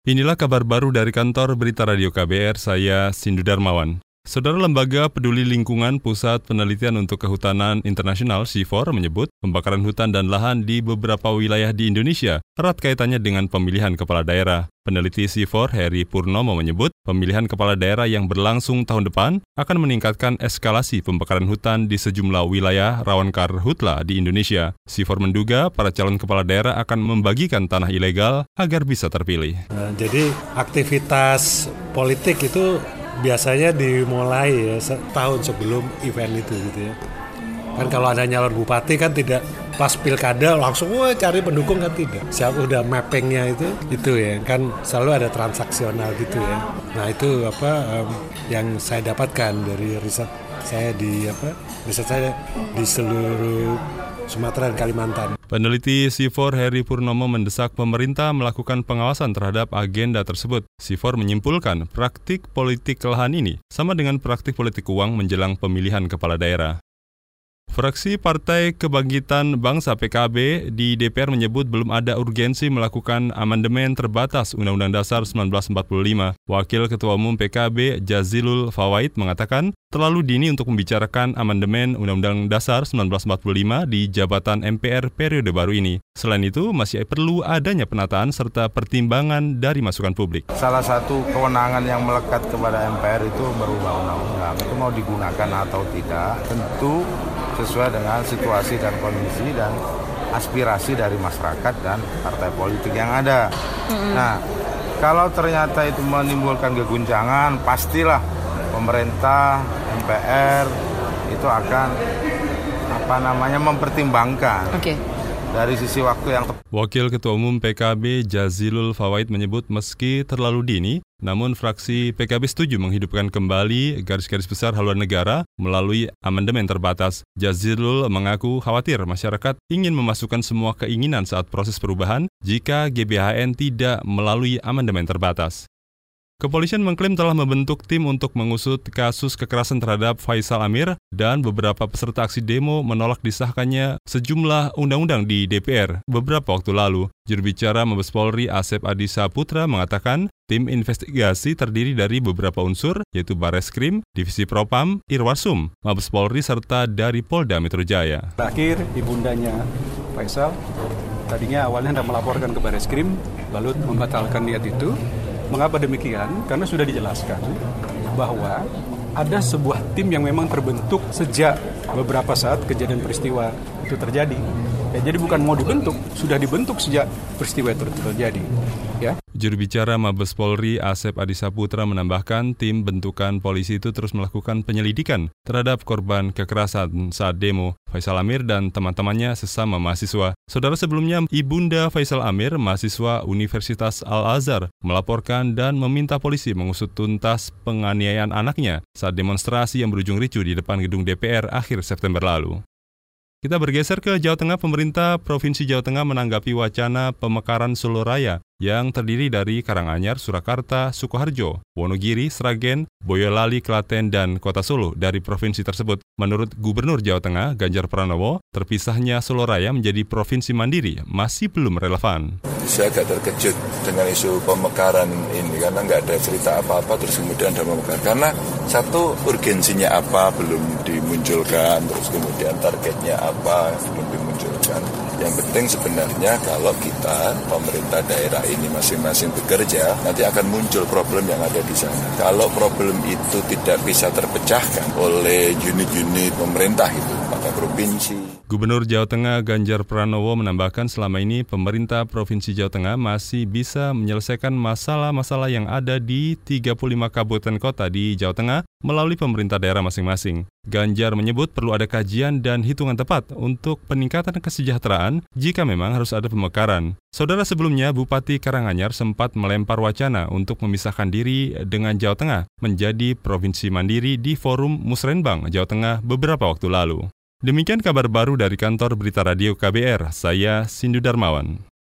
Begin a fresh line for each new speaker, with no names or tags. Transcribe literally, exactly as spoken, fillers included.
Inilah kabar baru dari kantor Berita Radio K B R, saya Sindu Darmawan. Saudara, Lembaga Peduli Lingkungan Pusat Penelitian untuk Kehutanan Internasional (S I F O R) menyebut pembakaran hutan dan lahan di beberapa wilayah di Indonesia erat kaitannya dengan pemilihan kepala daerah. Peneliti S I F O R Heri Purnomo menyebut pemilihan kepala daerah yang berlangsung tahun depan akan meningkatkan eskalasi pembakaran hutan di sejumlah wilayah rawan karhutla di Indonesia. S I F O R menduga para calon kepala daerah akan membagikan tanah ilegal agar bisa terpilih.
Nah, jadi aktivitas politik itu biasanya dimulai ya setahun sebelum event itu gitu ya. Kan kalau ada nyalon bupati kan tidak pas pilkada langsung wah cari pendukung, kan tidak. Siapa udah mappingnya itu itu ya kan selalu ada transaksional gitu ya. Nah itu apa um, yang saya dapatkan dari riset saya di apa riset saya di seluruh Sumatera dan Kalimantan.
Peneliti S I F O R Heri Purnomo mendesak pemerintah melakukan pengawasan terhadap agenda tersebut. S I F O R menyimpulkan praktik politik lahan ini sama dengan praktik politik uang menjelang pemilihan kepala daerah. Fraksi Partai Kebangkitan Bangsa P K B di D P R menyebut belum ada urgensi melakukan amandemen terbatas Undang-Undang Dasar seribu sembilan ratus empat puluh lima. Wakil Ketua Umum P K B Jazilul Fawait mengatakan terlalu dini untuk membicarakan amandemen Undang-Undang Dasar seribu sembilan ratus empat puluh lima di jabatan M P R periode baru ini. Selain itu, masih perlu adanya penataan serta pertimbangan dari masukan publik.
Salah satu kewenangan yang melekat kepada M P R itu merubah undang-undang. Itu mau digunakan atau tidak, tentu sesuai dengan situasi dan kondisi dan aspirasi dari masyarakat dan partai politik yang ada. Mm-hmm. Nah, kalau ternyata itu menimbulkan keguncangan, pastilah pemerintah, M P R itu akan apa namanya mempertimbangkan. Oke. Okay. Dari sisi waktu yang tepat.
Wakil Ketua Umum P K B Jazilul Fawait menyebut meski terlalu dini, namun fraksi P K B setuju menghidupkan kembali garis-garis besar haluan negara melalui amandemen terbatas. Jazilul mengaku khawatir masyarakat ingin memasukkan semua keinginan saat proses perubahan jika G B H N tidak melalui amandemen terbatas. Kepolisian mengklaim telah membentuk tim untuk mengusut kasus kekerasan terhadap Faisal Amir dan beberapa peserta aksi demo menolak disahkannya sejumlah undang-undang di D P R beberapa waktu lalu. Juru bicara Mabes Polri Asep Adi Saputra mengatakan tim investigasi terdiri dari beberapa unsur yaitu Bareskrim, Divisi Propam, Irwasum, Mabes Polri serta dari Polda Metro Jaya.
Terakhir ibundanya Faisal tadinya awalnya hendak melaporkan ke Bareskrim lalu membatalkan niat itu. Mengapa demikian? Karena sudah dijelaskan bahwa ada sebuah tim yang memang terbentuk sejak beberapa saat kejadian peristiwa itu terjadi. Ya, jadi bukan mau dibentuk, sudah dibentuk sejak peristiwa itu terjadi. Ya.
Juru bicara Mabes Polri Asep Adi Saputra menambahkan tim bentukan polisi itu terus melakukan penyelidikan terhadap korban kekerasan saat demo Faisal Amir dan teman-temannya sesama mahasiswa. Saudara, sebelumnya Ibunda Faisal Amir, mahasiswa Universitas Al-Azhar, melaporkan dan meminta polisi mengusut tuntas penganiayaan anaknya saat demonstrasi yang berujung ricuh di depan gedung D P R akhir September lalu. Kita bergeser ke Jawa Tengah. Pemerintah Provinsi Jawa Tengah menanggapi wacana pemekaran Solo Raya yang terdiri dari Karanganyar, Surakarta, Sukoharjo, Wonogiri, Sragen, Boyolali, Klaten, dan Kota Solo dari provinsi tersebut. Menurut Gubernur Jawa Tengah, Ganjar Pranowo, terpisahnya Solo Raya menjadi provinsi mandiri masih belum relevan.
Saya agak terkejut dengan isu pemekaran ini karena nggak ada cerita apa-apa terus kemudian ada pemekaran. Karena satu, urgensinya apa belum dimunculkan, terus kemudian targetnya apa belum dimunculkan. Yang penting sebenarnya kalau kita pemerintah daerah ini masing-masing bekerja, nanti akan muncul problem yang ada di sana. Kalau problem itu tidak bisa terpecahkan oleh unit-unit pemerintah itu, maka provinsi.
Gubernur Jawa Tengah Ganjar Pranowo menambahkan selama ini pemerintah Provinsi Jawa Tengah masih bisa menyelesaikan masalah-masalah yang ada di tiga puluh lima kabupaten kota di Jawa Tengah melalui pemerintah daerah masing-masing. Ganjar menyebut perlu ada kajian dan hitungan tepat untuk peningkatan kesejahteraan jika memang harus ada pemekaran. Saudara, sebelumnya Bupati Karanganyar sempat melempar wacana untuk memisahkan diri dengan Jawa Tengah menjadi provinsi mandiri di Forum Musrenbang, Jawa Tengah beberapa waktu lalu. Demikian kabar baru dari kantor Berita Radio K B R, saya Sindu Darmawan.